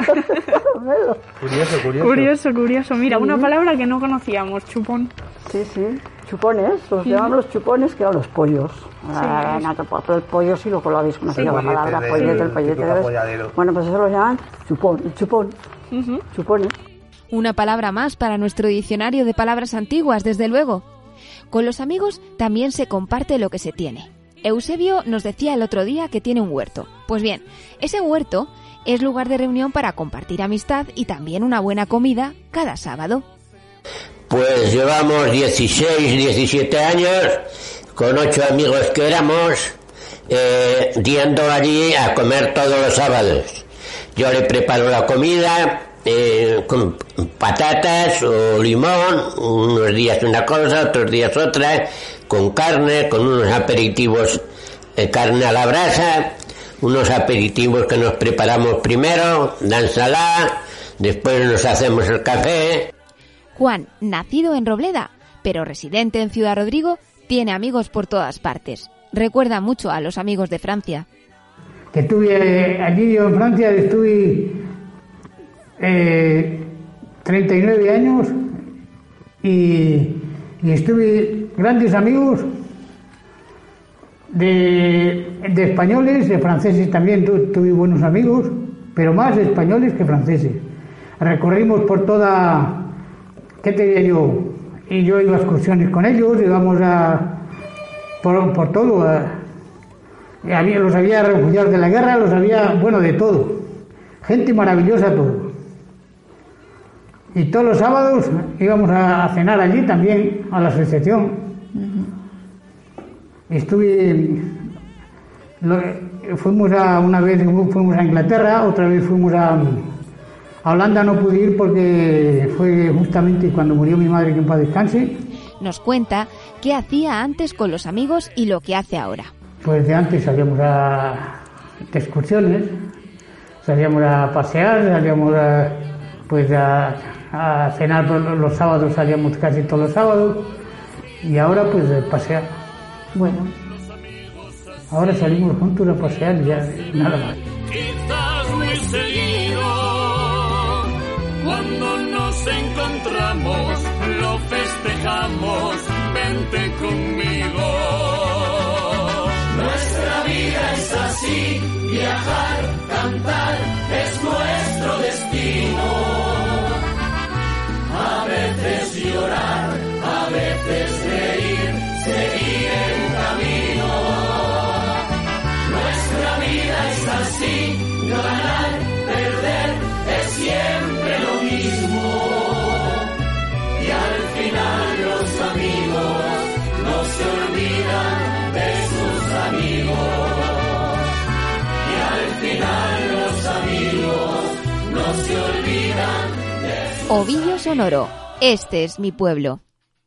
Curioso. Curioso. Mira, sí. Una palabra que no conocíamos, chupón. Sí, chupones, los llamamos los chupones, que eran los pollos. Sí, el pollo sí lo habéis conocido, la palabra pollete. Bueno, pues eso lo llaman chupón, el chupón. Uh-huh. Chupones. Una palabra más para nuestro diccionario de palabras antiguas, desde luego. Con los amigos también se comparte lo que se tiene. Eusebio nos decía el otro día que tiene un huerto. Pues bien, ese huerto es lugar de reunión para compartir amistad y también una buena comida cada sábado. Pues llevamos 16, 17 años con 8 amigos que éramos yendo allí a comer todos los sábados. Yo le preparo la comida, con patatas o limón, unos días una cosa, otros días otra, con carne, con unos aperitivos, carne a la brasa, unos aperitivos que nos preparamos primero, la ensalada, después nos hacemos el café. Juan, nacido en Robleda, pero residente en Ciudad Rodrigo, tiene amigos por todas partes. Recuerda mucho a los amigos de Francia. Que estuve allí yo en Francia, estuve 39 años y estuve grandes amigos de españoles, de franceses también tuve buenos amigos, pero más españoles que franceses. Recorrimos por toda, ¿qué te diría yo? Y yo iba a excursiones con ellos, íbamos por todo. Los había refugiados de la guerra, los había, bueno, de todo. Gente maravillosa, todo. Y todos los sábados íbamos a cenar allí también, a la asociación. Una vez fuimos a Inglaterra, otra vez fuimos a Holanda. No pude ir porque fue justamente cuando murió mi madre, que en paz descanse. Nos cuenta qué hacía antes con los amigos y lo que hace ahora. Pues de antes salíamos de excursiones, salíamos a pasear, salíamos a cenar los sábados, salíamos casi todos los sábados, y ahora pues de pasear. Bueno, ahora salimos juntos a pasear y ya nada más. Quizás muy seguido, cuando nos encontramos, lo festejamos, vente conmigo. Nuestra vida es así, viajar, cantar, es nuestro destino. A veces llorar, a veces reír, seguir en camino. Nuestra vida es así, ganar, perder, es siempre lo mismo. Y al final los amigos no se olvidan de sus amigos. Y al final los amigos no se olvidan de sus Ovillo Sonoro, este es mi pueblo.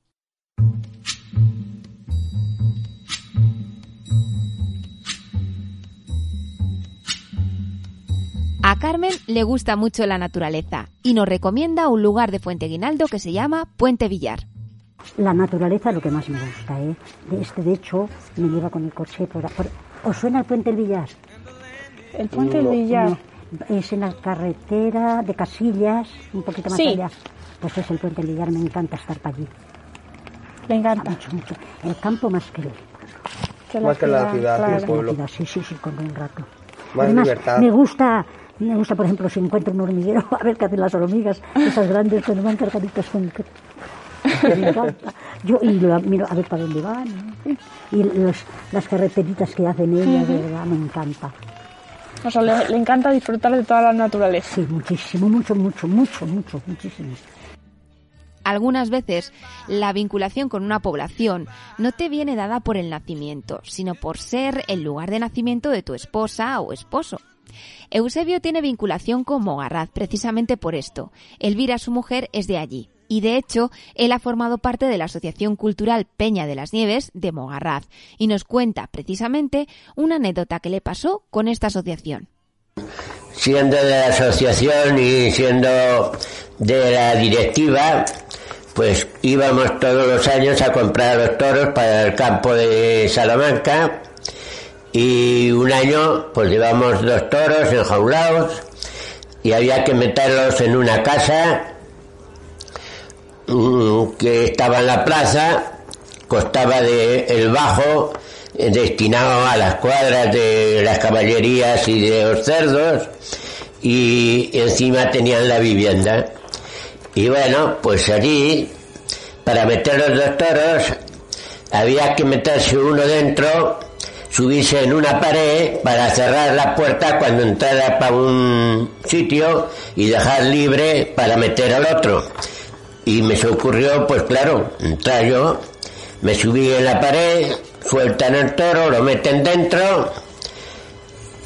A Carmen le gusta mucho la naturaleza y nos recomienda un lugar de Fuenteguinaldo que se llama Puente Villar. La naturaleza es lo que más me gusta, ¿eh? De hecho, me lleva con el coche ¿Os suena el Puente del Villar? El Puente del Villar. Es en la carretera de Casillas, un poquito más allá. Pues es el Puente del Villar, me encanta estar para allí. Me encanta. Mucho. El campo más que más que la ciudad, claro. el pueblo. Sí, con un rato. Más además, libertad. Me gusta, por ejemplo, si encuentro un hormiguero, a ver qué hacen las hormigas, esas grandes que nos van cargaditas con... Me encanta. Miro a ver para dónde van, ¿no? Y las carreteritas que hacen ellas, de verdad, me encanta. O sea, le encanta disfrutar de toda la naturaleza. Sí, muchísimo, muchísimo. Algunas veces la vinculación con una población no te viene dada por el nacimiento, sino por ser el lugar de nacimiento de tu esposa o esposo. Eusebio tiene vinculación con Mogarraz precisamente por esto. Elvira, su mujer, es de allí. Y de hecho, él ha formado parte de la Asociación Cultural Peña de las Nieves de Mogarraz y nos cuenta precisamente una anécdota que le pasó con esta asociación. Siendo de la asociación y siendo de la directiva, pues íbamos todos los años a comprar los toros para el campo de Salamanca y un año pues llevamos 2 toros enjaulados y había que meterlos en una casa que estaba en la plaza, costaba el bajo destinado a las cuadras de las caballerías y de los cerdos y encima tenían la vivienda. Y bueno, pues allí para meter los 2 toros había que meterse uno dentro, subirse en una pared para cerrar la puerta cuando entrara para un sitio y dejar libre para meter al otro. Y me se ocurrió, pues claro, entrar yo, me subí en la pared, sueltan el toro, lo meten dentro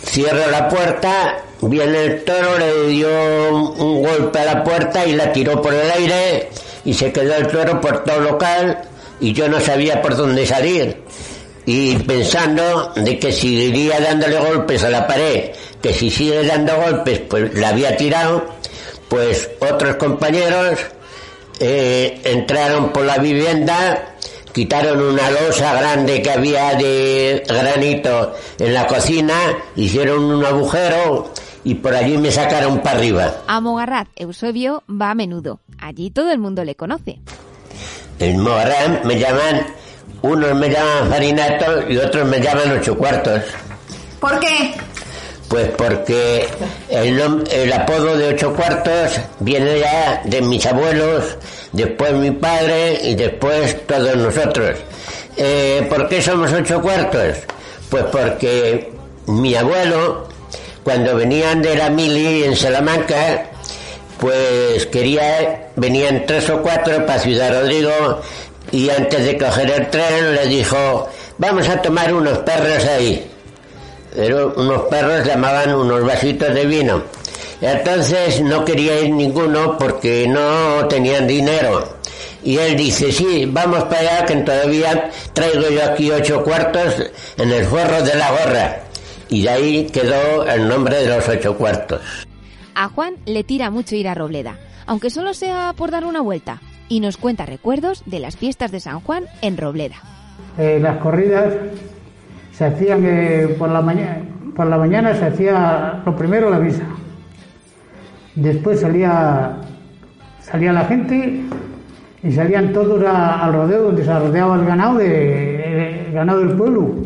cierro la puerta, viene el toro, le dio un golpe a la puerta y la tiró por el aire y se quedó el toro por todo el local y yo no sabía por dónde salir. Y pensando de que seguiría dándole golpes a la pared, que si sigue dando golpes pues la había tirado, pues otros compañeros entraron por la vivienda, quitaron una losa grande que había de granito en la cocina, hicieron un agujero y por allí me sacaron para arriba. A Mogarrat, Eusebio va a menudo. Allí todo el mundo le conoce. En Mogarrat unos me llaman Farinato y otros me llaman 8 cuartos. ¿Por qué? Pues porque el apodo de 8 cuartos viene ya de mis abuelos, después mi padre y después todos nosotros. ¿Por qué somos 8 cuartos? Pues porque mi abuelo, cuando venían de la mili en Salamanca, pues venían 3 o 4 para Ciudad Rodrigo y antes de coger el tren le dijo, vamos a tomar unos perros ahí. Pero unos perros llamaban unos vasitos de vino. Entonces no quería ir ninguno porque no tenían dinero. Y él dice, sí, vamos para allá que todavía traigo yo aquí 8 cuartos en el forro de la gorra. Y de ahí quedó el nombre de los 8 cuartos. A Juan le tira mucho ir a Robleda, aunque solo sea por dar una vuelta. Y nos cuenta recuerdos de las fiestas de San Juan en Robleda. Las corridas se hacían por la mañana se hacía lo primero la misa. Después salía la gente y salían todos al rodeo donde se rodeaba el ganado del pueblo.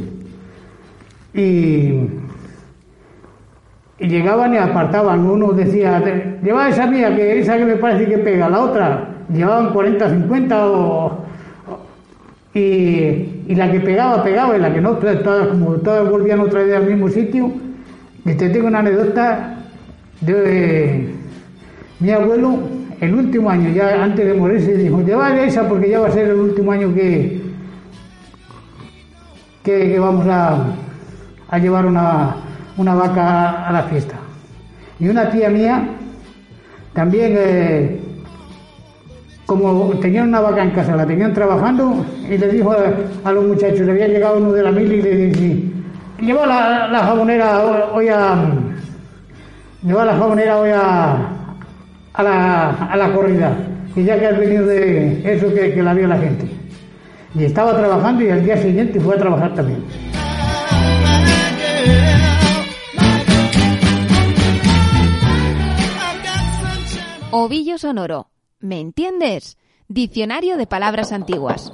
Y llegaban y apartaban. Uno decía, lleva esa mía, que esa que me parece que pega, la otra. Llevaban 40, 50 y la que pegaba, y la que no, todas volvían otra vez al mismo sitio. Y te tengo una anécdota de mi abuelo, el último año, ya antes de morirse, dijo, llevad esa porque ya va a ser el último año que vamos a llevar una vaca a la fiesta. Y una tía mía también, como tenían una vaca en casa, la tenían trabajando, y le dijo a los muchachos, le había llegado uno de la mili y le dice, lleva la jabonera hoy a la corrida, y ya que has venido de eso que la vio la gente. Y estaba trabajando y al día siguiente fue a trabajar también. Ovillo sonoro. ¿Me entiendes? Diccionario de palabras antiguas.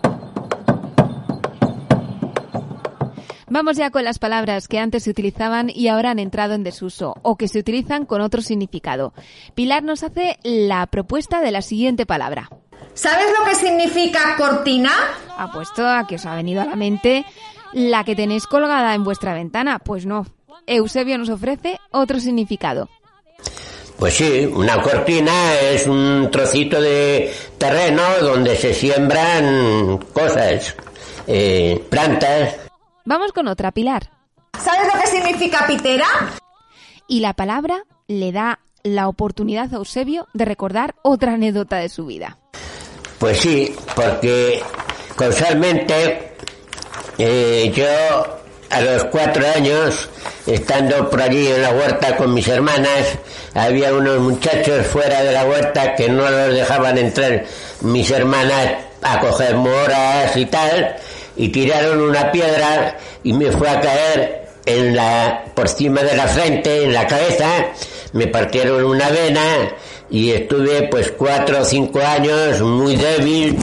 Vamos ya con las palabras que antes se utilizaban y ahora han entrado en desuso o que se utilizan con otro significado. Pilar nos hace la propuesta de la siguiente palabra. ¿Sabes lo que significa cortina? Apuesto a que os ha venido a la mente la que tenéis colgada en vuestra ventana. Pues no. Eusebio nos ofrece otro significado. Pues sí, una cortina es un trocito de terreno donde se siembran cosas, plantas. Vamos con otra, Pilar. ¿Sabes lo que significa pitera? Y la palabra le da la oportunidad a Eusebio de recordar otra anécdota de su vida. Pues sí, porque causalmente yo a los 4 años, estando por allí en la huerta con mis hermanas, había unos muchachos fuera de la huerta que no los dejaban entrar mis hermanas a coger moras y tal, y tiraron una piedra y me fue a caer por encima de la frente, en la cabeza, me partieron una vena y estuve pues 4 o 5 años muy débil,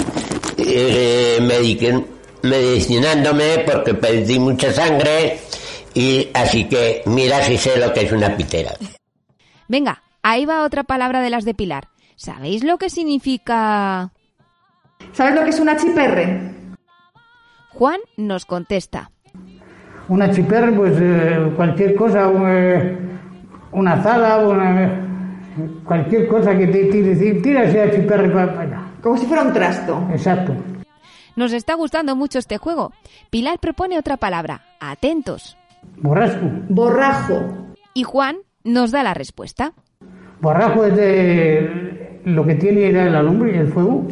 medicinándome porque perdí mucha sangre, y así que mira si sé lo que es una pitera. Venga, ahí va otra palabra de las de Pilar. ¿Sabéis lo que significa? ¿Sabes lo que es una chiperre? Juan nos contesta. Una chiperre, pues cualquier cosa, una azada, cualquier cosa que te tira esa chiperre para allá. Como si fuera un trasto. Exacto. Nos está gustando mucho este juego. Pilar propone otra palabra. Atentos. Borrasco. Borrajo. Y Juan nos da la respuesta. Borrajo es de lo que tiene la lumbre y el fuego.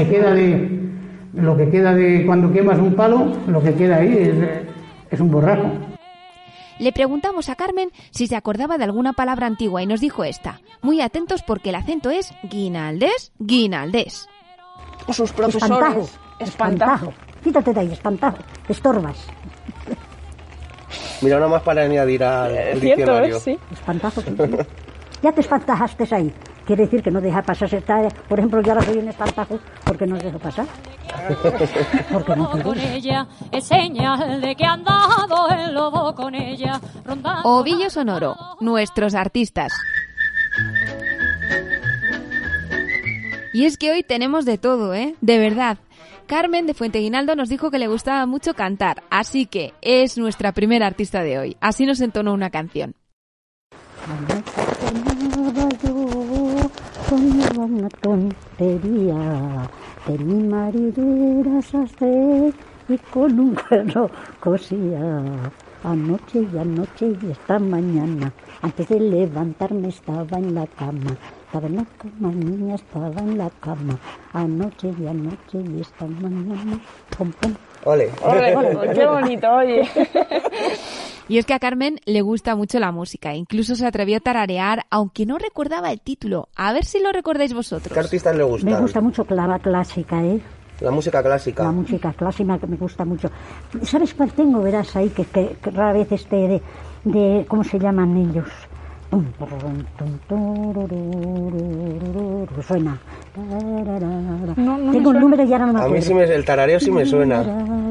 Lo que queda de cuando quemas un palo, lo que queda ahí es un borrajo. Le preguntamos a Carmen si se acordaba de alguna palabra antigua y nos dijo esta. Muy atentos porque el acento es guinaldés. O sus profesores. Espantajo. Quítate de ahí, espantajo. Estorbas. Mira, nada más para añadir al diccionario. Sí. Espantajo. Sí. Ya te espantajaste ahí. Quiere decir que no deja pasar. Por ejemplo, yo ahora soy un espantajo porque no os dejo pasar. Porque no con ella es señal de que han dado el lobo con ella. Ovillo Sonoro, nuestros artistas. Y es que hoy tenemos de todo, ¿eh? De verdad. Carmen de Fuenteguinaldo nos dijo que le gustaba mucho cantar, así que es nuestra primera artista de hoy. Así nos entonó una canción. Soñaba una tontería, de mi marido era sastre y con un cuerno cosía. Anoche y esta mañana, antes de levantarme estaba en la cama. Estaba en la cama, niña, estaba en la cama. Anoche y esta mañana. Pum, pum. Ole. Qué bonito, oye. Y es que a Carmen le gusta mucho la música, incluso se atrevió a tararear, aunque no recordaba el título. A ver si lo recordáis vosotros. ¿Qué artistas le gustan? Me gusta mucho la clásica, ¿eh? La música clásica. La música clásica que me gusta mucho. ¿Sabes cuál tengo? Verás ahí, que rara vez de ¿cómo se llaman ellos? Suena. Tengo un número y ahora no me acuerdo. A mí el tarareo sí me suena.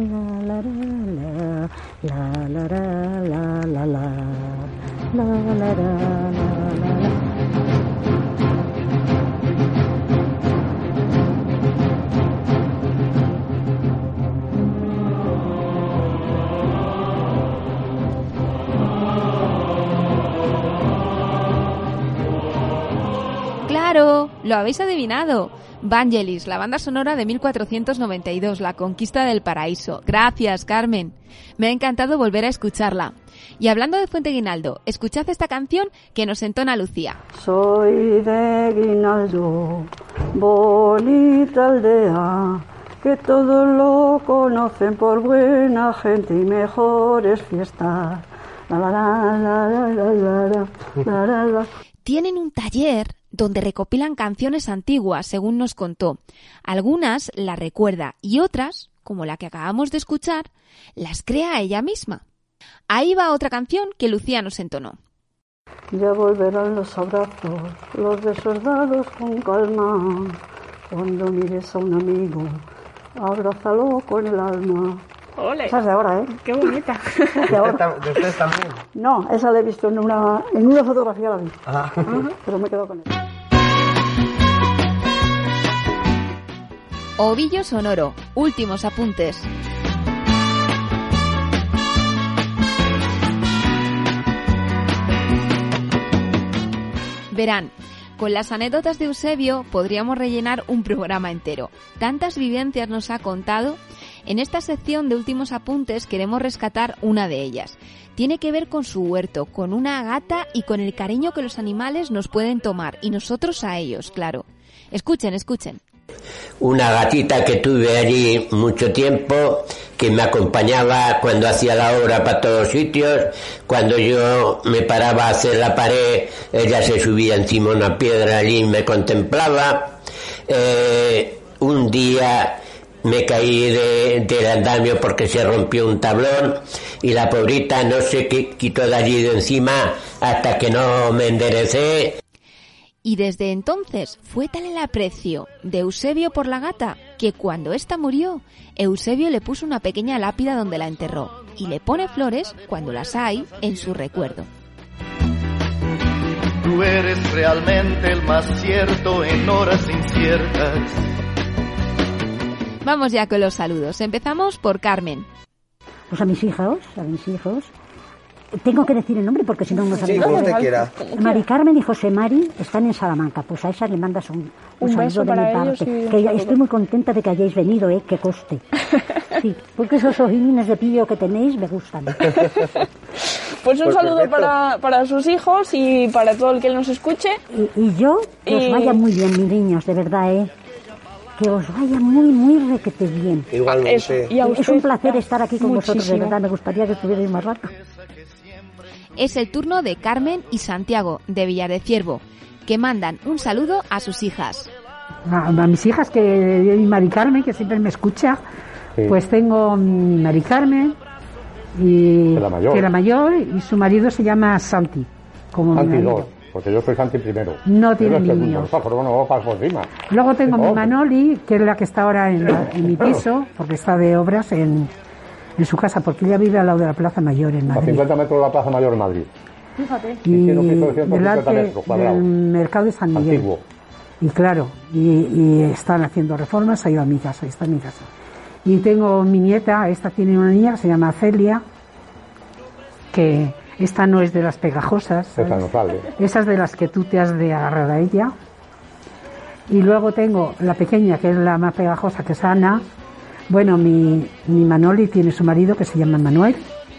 ¡Claro! Lo habéis adivinado. Vangelis, la banda sonora de 1492, La Conquista del Paraíso. Gracias, Carmen. Me ha encantado volver a escucharla. Y hablando de Fuenteguinaldo, escuchad esta canción que nos entona Lucía. Soy de Guinaldo, bonita aldea, que todos lo conocen por buena gente y mejores fiestas. Tienen un taller donde recopilan canciones antiguas, según nos contó. Algunas las recuerda y otras, como la que acabamos de escuchar, las crea ella misma. Ahí va otra canción que Lucía nos entonó. Ya volverán los abrazos, los besos dados con calma. Cuando mires a un amigo, abrázalo con el alma. Ole. Esa es de ahora, ¿eh? Qué bonita. ¿De ustedes también? No, esa la he visto en una fotografía, la vi. Ah. Pero me quedo con ella. Ovillo Sonoro, últimos apuntes. Verán, con las anécdotas de Eusebio podríamos rellenar un programa entero. Tantas vivencias nos ha contado. En esta sección de últimos apuntes queremos rescatar una de ellas. Tiene que ver con su huerto, con una gata y con el cariño que los animales nos pueden tomar, y nosotros a ellos, claro. Escuchen. Una gatita que tuve allí mucho tiempo, que me acompañaba cuando hacía la obra para todos sitios. Cuando yo me paraba a hacer la pared, ella se subía encima de una piedra allí y me contemplaba. Un día me caí del andamio porque se rompió un tablón y la pobrita no se quitó de allí de encima hasta que no me enderecé. Y desde entonces fue tal el aprecio de Eusebio por la gata que cuando ésta murió, Eusebio le puso una pequeña lápida donde la enterró y le pone flores, cuando las hay, en su recuerdo. Tú eres realmente el más cierto en horas inciertas. Vamos ya con los saludos. Empezamos por Carmen. Pues a mis hijos, Tengo que decir el nombre porque si no nos Sí, como usted quiera. Mari Carmen y José Mari están en Salamanca. Pues a esas le mandas un saludo de mi parte. Que estoy muy contenta de que hayáis venido, que coste. Sí, porque esos ojines de pillo que tenéis me gustan. Pues un saludo para sus hijos y para todo el que nos escuche. Y yo, que os vaya muy bien, mis niños, de verdad, que os vaya muy, muy requete bien. Igualmente. Es un placer estar aquí con vosotros, de verdad, me gustaría que estuvierais más rato. Es el turno de Carmen y Santiago, de Villar de Ciervo, que mandan un saludo a sus hijas. A mis hijas, que y Mari Carmen, que siempre me escucha, pues tengo Mari Carmen, y que la mayor, y su marido se llama Santi, como Santi mi marido. 2, porque yo soy Santi primero. No tiene niños. Luego tengo mi Manoli, que es la que está ahora en mi piso, porque está de obras en su casa, porque ella vive al lado de la Plaza Mayor en Madrid. A 50 metros de la Plaza Mayor en Madrid. Fíjate. Y delante del mercado de San Miguel. Antiguo. Y claro, y están haciendo reformas, ha ido a mi casa, está en mi casa. Y tengo mi nieta, esta tiene una niña que se llama Celia, que esta no es de las pegajosas, ¿sabes? Esa no sale. Esa es de las que tú te has de agarrar a ella. Y luego tengo la pequeña, que es la más pegajosa, que es Ana. Bueno, mi Manoli tiene su marido, que se llama Manuel.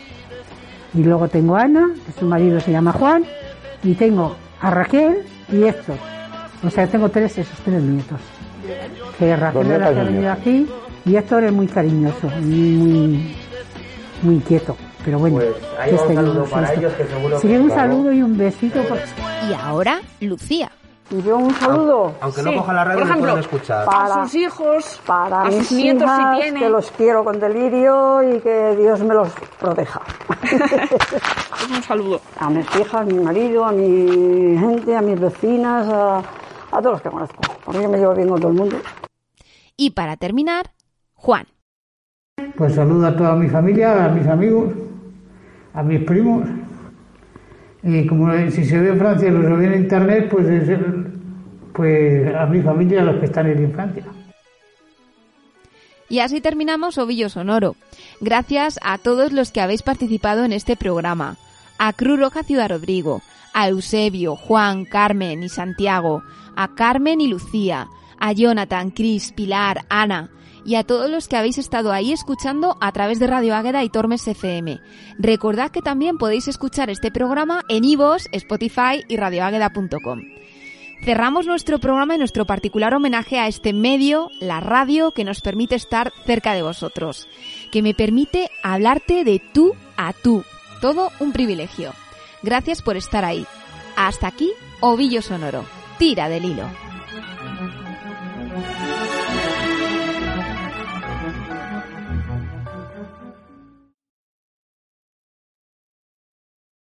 Y luego tengo a Ana, que su marido se llama Juan. Y tengo a Raquel y Héctor. O sea, tengo esos tres nietos. Que Raquel es la que ha venido aquí. Y Héctor es muy cariñoso, muy inquieto. Pero bueno, pues ahí va un saludo para ellos, que seguro sí, un saludo y un besito. Y ahora, Lucía. Y yo un saludo. Aunque no coja la radio, no pueden escuchar. Para sus hijos, para a sus nietos hijas, si tiene. Que los quiero con delirio y que Dios me los proteja. Un saludo. A mis hijas, a mi marido, a mi gente, a mis vecinas, a todos los que conozco. Porque yo me llevo bien con todo el mundo. Y para terminar, Juan. Pues saludo a toda mi familia, a mis amigos, a mis primos. Y como si se ve en Francia y lo ve en internet, pues a mi familia, a los que están en la infancia. Y así terminamos Ovillo Sonoro. Gracias a todos los que habéis participado en este programa. A Cruz Roja Ciudad Rodrigo, a Eusebio, Juan, Carmen y Santiago, a Carmen y Lucía, a Jonathan, Cris, Pilar, Ana, y a todos los que habéis estado ahí escuchando a través de Radio Águeda y Tormes FM. Recordad que también podéis escuchar este programa en iVoox, Spotify y radioágueda.com. Cerramos nuestro programa en nuestro particular homenaje a este medio, la radio, que nos permite estar cerca de vosotros, que me permite hablarte de tú a tú. Todo un privilegio. Gracias por estar ahí. Hasta aquí, Ovillo Sonoro. Tira del hilo.